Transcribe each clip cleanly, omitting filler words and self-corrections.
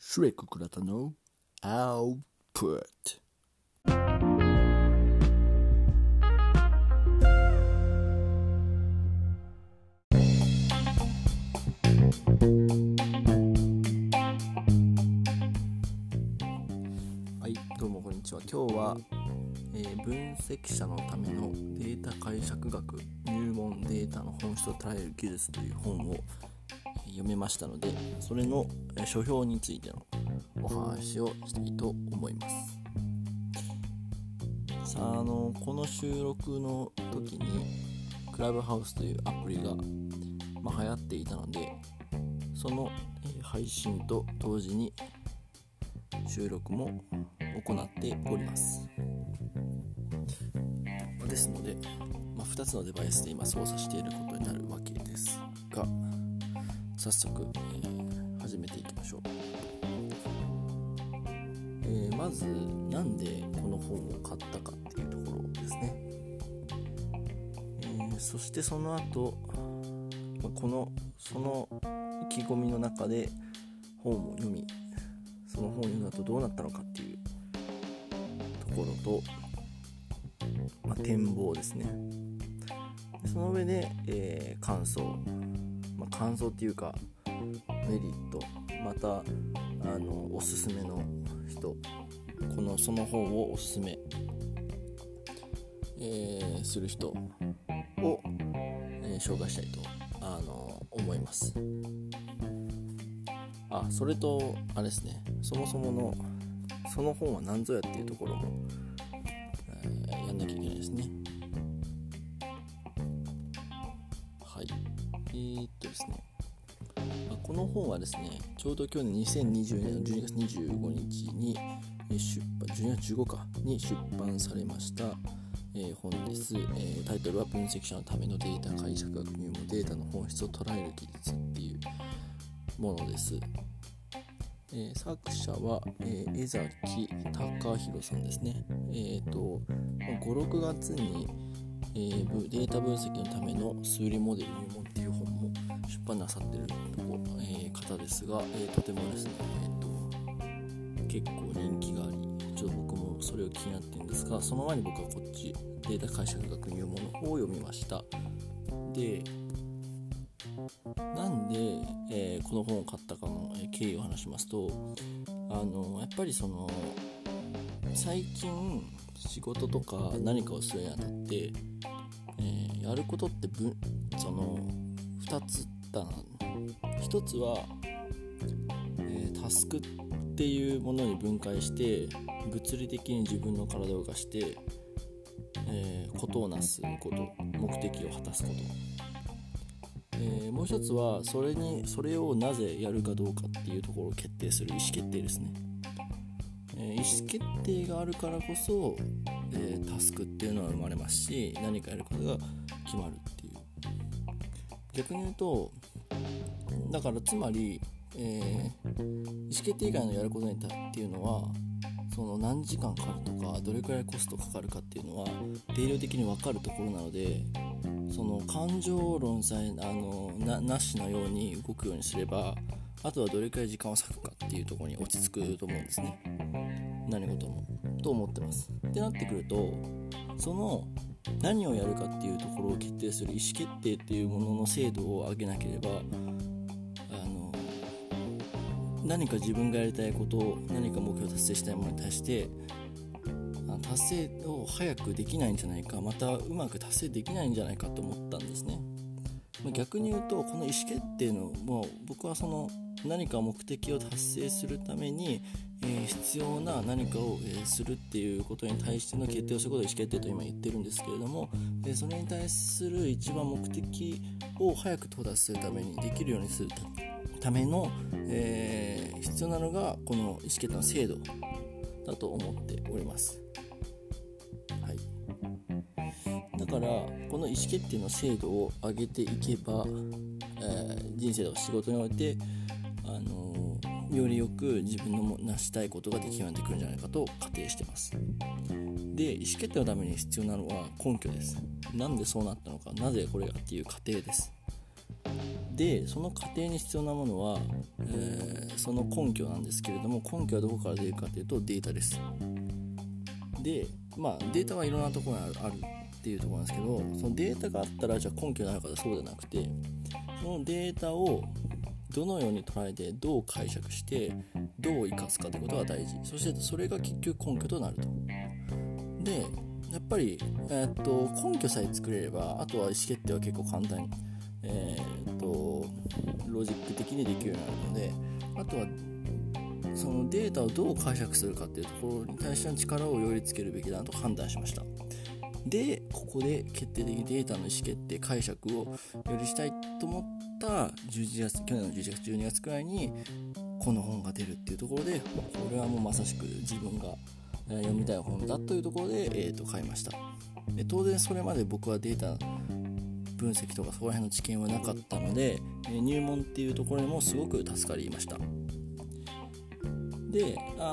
シュレック倉田のアウトプット。はい、どうもこんにちは。今日は、分析者のためのデータ解釈学入門データの本質を捉える技術という本を読めましたので、それの書評についてのお話をしたいと思います。さあ、この収録の時にクラブハウスというアプリが、流行っていたので、その配信と同時に収録も行っております。ですので、2つのデバイスで今操作していることになるわけですが、早速、始めていきましょう。まずなんでこの本を買ったかっていうところですね。そしてその後、その意気込みの中で本を読み、その本を読んだ後どうなったのかっていうところと、展望ですね。その上で、感想っていうかメリット、またおすすめの人、その本をおすすめ、する人を、紹介したいと思います。それとあれですね、そもそものその本は何ぞやっていうところも、やんなきゃいけないですね。はい。ですね、この本はですね、ちょうど去年2020年の12月25日に12月15日に出版されました、本です。タイトルは分析者のためのデータ解釈学入門データの本質を捉える技術っていうものです。作者は、江崎隆弘さんですね。5-6月に、データ分析のための数理モデル入門っていう本も出版なさっている方ですが、とてもですね、結構人気があり、ちょっと僕もそれを気になってるんですが、その前に僕はこっちデータ解釈学入門の方を読みました。で、なんで、この本を買ったかの経緯を話しますと、やっぱり最近仕事とか何かをするにあたって、やることって2つだな。1つは、タスクっていうものに分解して物理的に自分の体を動かして、ことをなすこと、目的を果たすこと、もう一つはそれをなぜやるかどうかっていうところを決定する意思決定ですね。意思決定があるからこそ、タスクっていうのは生まれますし、何かやることが決まるっていう。逆に言うと、だからつまり、意思決定以外のやることっていうのは、何時間かかるとかどれくらいコストかかるかっていうのは定量的に分かるところなので、感情論さえなしのように動くようにすれば、あとはどれくらい時間を割くかっていうところに落ち着くと思うんですね。何事もと思ってます。ってなってくると、何をやるかっていうところを決定する意思決定っていうものの精度を上げなければ、何か自分がやりたいこと、何か目標を達成したいものに対して達成を早くできないんじゃないか、またうまく達成できないんじゃないかと思ったんですね。逆に言うと、この意思決定の僕は何か目的を達成するために、必要な何かを、するっていうことに対しての決定をすることを意思決定と今言ってるんですけれども、それに対する一番目的を早く到達するためにできるようにするための、必要なのがこの意思決定の精度だと思っております。はい。だからこの意思決定の精度を上げていけば、人生とか仕事においてよりよく自分の成したいことができるようになってくるんじゃないかと仮定しています。で、意思決定のために必要なのは根拠です。なんでそうなったのか、なぜこれがっていう過程です。 でその過程に必要なものは、その根拠なんですけれども、根拠はどこから出るかというとデータです。で、データはいろんなところにあるっていうところなんですけど、そのデータがあったらじゃあ根拠になるかそうじゃなくて、そのデータをどのように捉えてどう解釈してどう生かすかということが大事。そしてそれが結局根拠となると。でやっぱり、根拠さえ作れればあとは意思決定は結構簡単に、ロジック的にできるようになるので、あとはそのデータをどう解釈するかっていうところに対しての力をよりつけるべきだと判断しました。でここで決定的データの意思決定解釈をよりしたいと思った去年の11月12月くらいにこの本が出るっていうところで、これはもうまさしく自分が読みたい本だというところで、買いました。で当然それまで僕はデータ分析とかそこら辺の知見はなかったので、入門っていうところにもすごく助かりました。で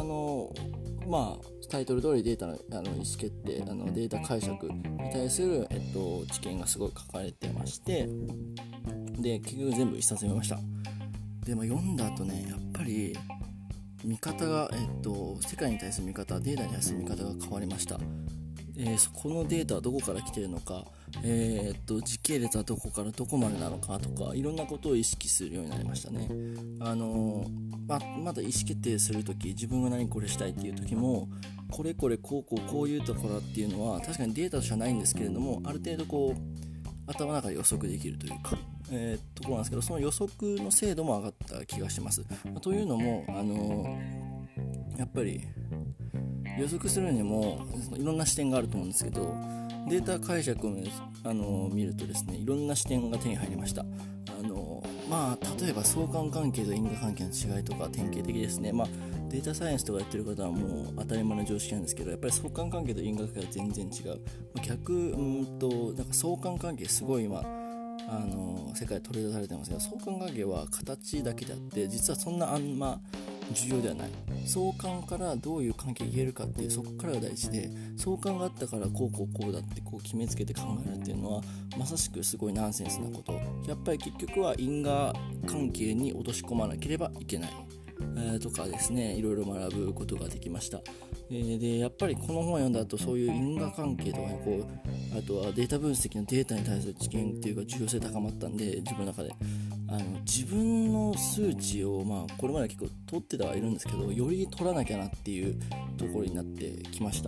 タイトル通りデータの、意思決定データ解釈に対する、知見がすごい書かれてまして、で結局全部一冊読みました。で、読んだ後ね、やっぱり見方が、世界に対する見方、データに対する見方が変わりました。このデータはどこから来ているのか、時系列はどこからどこまでなのかとか、いろんなことを意識するようになりましたね。まだ意思決定するとき、自分が何これしたいっていうときも、これこういうところっていうのは確かにデータとしてはないんですけれども、ある程度頭の中で予測できるというか、ところなんですけど、その予測の精度も上がった気がします。というのもやっぱり予測するにもいろんな視点があると思うんですけど、データ解釈を見るとですね、いろんな視点が手に入りました。例えば相関関係と因果関係の違いとか典型的ですね。データサイエンスとかやってる方はもう当たり前の常識なんですけど、やっぱり相関関係と因果関係は全然違う。なんか相関関係すごい今世界で取り出されてますが、相関関係は形だけであって実はそんなあんま重要ではない。相関からどういう関係が言えるかっていう、そこからが大事で、相関があったからこうだって決めつけて考えるっていうのはまさしくすごいナンセンスなこと。やっぱり結局は因果関係に落とし込まなければいけない、とかですね、いろいろ学ぶことができました。でやっぱりこの本を読んだ後、そういう因果関係とかね、あとはデータ分析のデータに対する知見っていうか重要性高まったんで、自分の中で自分の数値をこれまで結構取ってはいるんですけど、より取らなきゃなっていうところになってきました。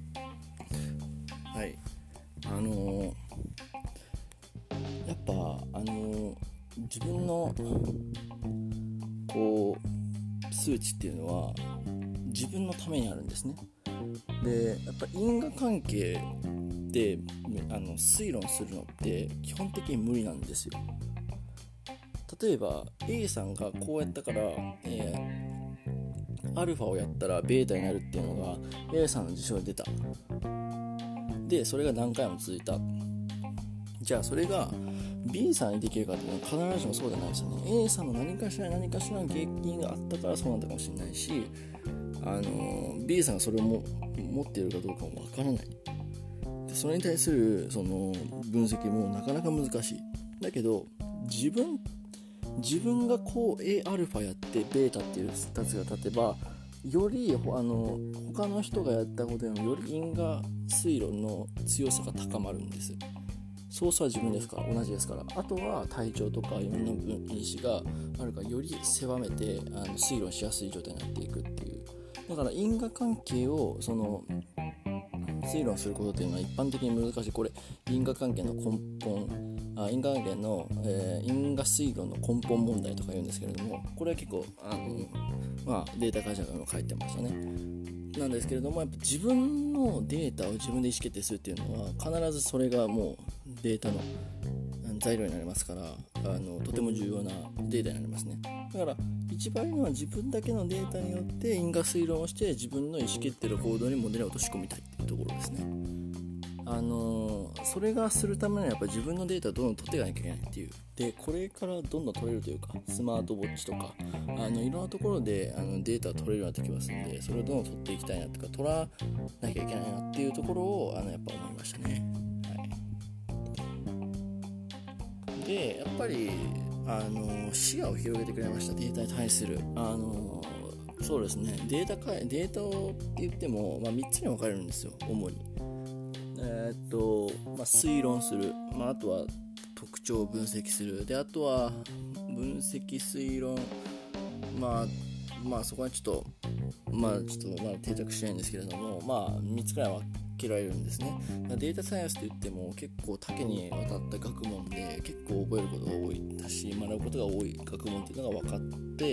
はい。やっぱ自分の数値っていうのは自分のためにあるんですね。でやっぱ因果関係で推論するのって基本的に無理なんですよ。例えば A さんがこうやったから、アルファをやったらベータになるっていうのが A さんの事象で出た。でそれが何回も続いた。じゃあそれが B さんにできるかっていうのは必ずしもそうじゃないですよね。 A さんの何かしらの原因があったからそうなったかもしれないし、B さんがそれを持っているかどうかもわからない。でそれに対するその分析もなかなか難しい。だけど自分がAαやってベータっていう2つが立てば、より他の人がやったことよりもより因果推論の強さが高まるんです。ソースは自分ですから、同じですから。あとは体調とかいろんな因子があるから、より狭めて推論しやすい状態になっていくっていう。だから因果関係を推論することっていうのは一般的に難しい。これ因果関係の根本、因果関係の、因果推論の根本問題とか言うんですけれども、これは結構データ解釈にも書いてましたね。なんですけれども、やっぱ自分のデータを自分で意思決定するっていうのは必ずそれがもうデータの材料になりますから、とても重要なデータになりますね。だから一番いいのは自分だけのデータによって因果推論をして自分の意思決定の行動にモデルを落とし込みたいっていうところですね。それがするためにはやっぱり自分のデータをどんどん取っていかなきゃいけないっていう。でこれからどんどん取れるというか、スマートウォッチとかいろんなところでデータを取れるようになってきますんで、それをどんどん取っていきたいなとか、取らなきゃいけないなっていうところをやっぱ思いましたね。はい。でやっぱり視野を広げてくれました。データに対するそうですね、データをって言っても、3つに分かれるんですよ、主に。推論する、あとは特徴を分析する、であとは分析推論、そこはちょっと定着しないんですけれども、3つくらい分けられるんですね。データサイエンスといっても結構多岐にわたった学問で、結構覚えることが多いし、学ぶことが多い学問っていうのが分かって、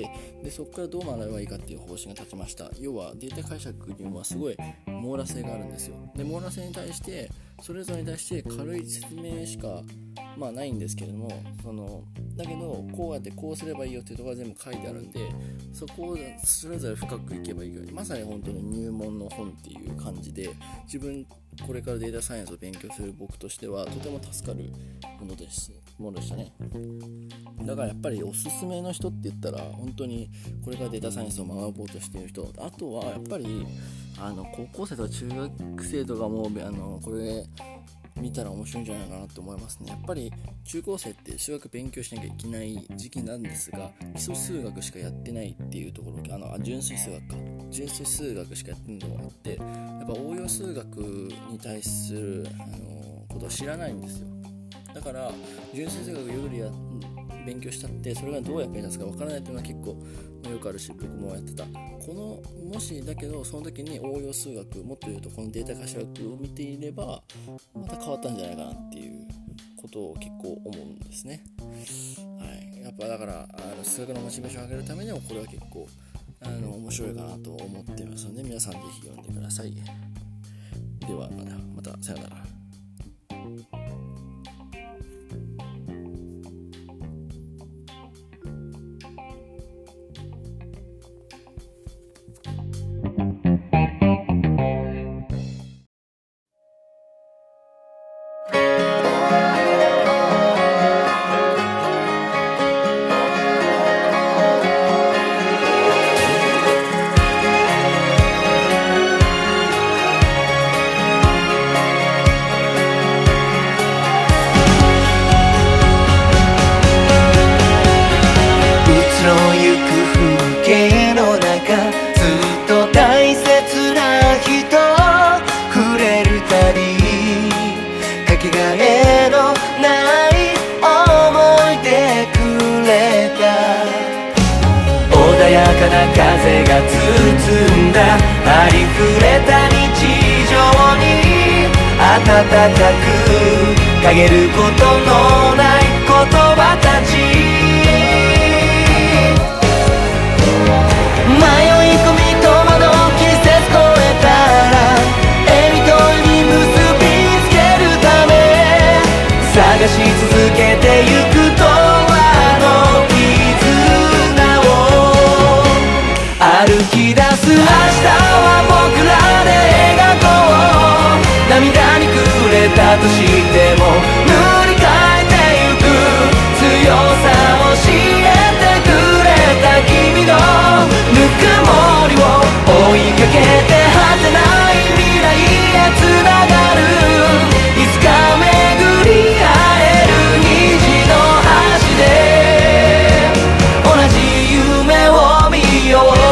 でそこからどう学べばいいかっていう方針が立ちました。要はデータ解釈にはすごい網羅性があるんですよ。で網羅性に対してそれぞれに対して軽い説明しかないんですけれども、だけどこうやってこうすればいいよっていうところが全部書いてあるんで、そこをそれぞれ深くいけばいいように、まさに本当に入門の本っていう感じで、自分これからデータサイエンスを勉強する僕としてはとても助かるものでしたね。だからやっぱりおすすめの人って言ったら、本当にこれからデータサイエンスを学ぼうとしている人、あとはやっぱり高校生とか中学生とかもこれ見たら面白いんじゃないかなと思いますね。やっぱり中高生って数学勉強しなきゃいけない時期なんですが、基礎数学しかやってないっていうところ、純粋数学しかやってないのがあって、やっぱ応用数学に対することを知らないんですよ。だから純粋数学より勉強したってそれがどう役に立つかわからないっていうのは結構よくあるし、僕もやってた。もしだけどその時に応用数学、もっと言うとこのデータ解釈を見ていればまた変わったんじゃないかなっていうことを結構思うんですね。やっぱだから数学のモチベーションを上げるためにもこれは結構面白いかなと思ってますので、皆さんぜひ読んでください。ではまたさよなら。 風が包んだありふれた日常に温かく陰ることのない言葉たち、迷い込み戸惑う季節越えたら笑みと笑み結びつけるため探し続けてゆくと歩き出す明日は僕らで描こう。涙に暮れたとしても塗り替えてゆく強さを教えてくれた君のぬくもりを追いかけて果てない未来へつながる、いつか巡り会える虹の橋で同じ夢を見よう。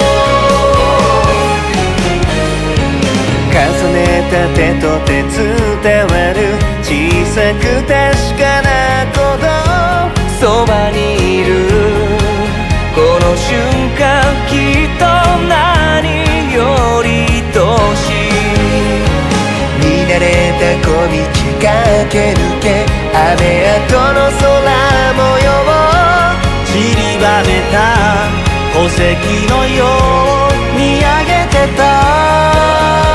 手と手伝わる小さく確かなことそばにいるこの瞬間きっと何より愛しい見慣れた小道駆け抜け雨跡の空模様を散りばめた宝石のよう見上げてた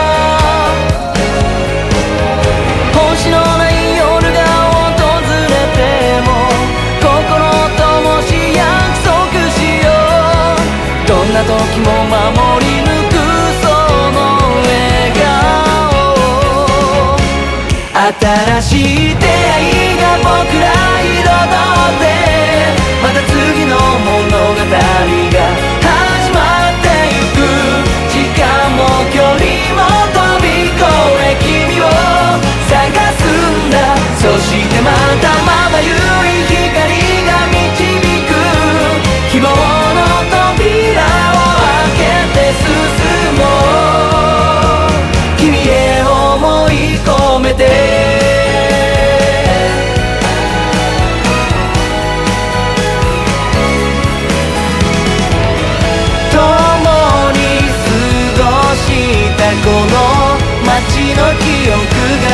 星のない夜が訪れても心ともし約束しよう。どんな時も守り抜くその笑顔、新しい出会いが僕ら彩ってまた次の物語が始まってゆく。時間も距離も飛び越え君を探すんだ。そしてまたまばゆい光が満ちの記憶が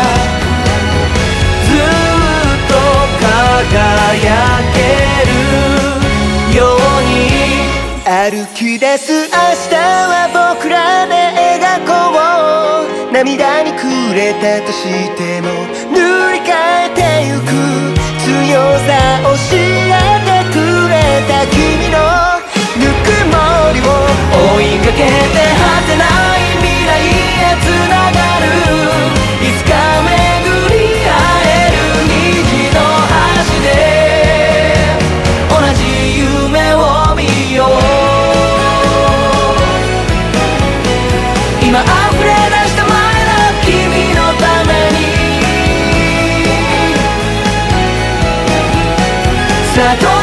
ずっと輝けるように歩き出す明日は僕らで描こう涙に暮れたとしても塗り替えてゆく強さ教えてくれた君のぬくもりを追いかけて果てない未来へつながるいつか巡り合える虹の橋で同じ夢を見よう今溢れ出した前の君のためにさあ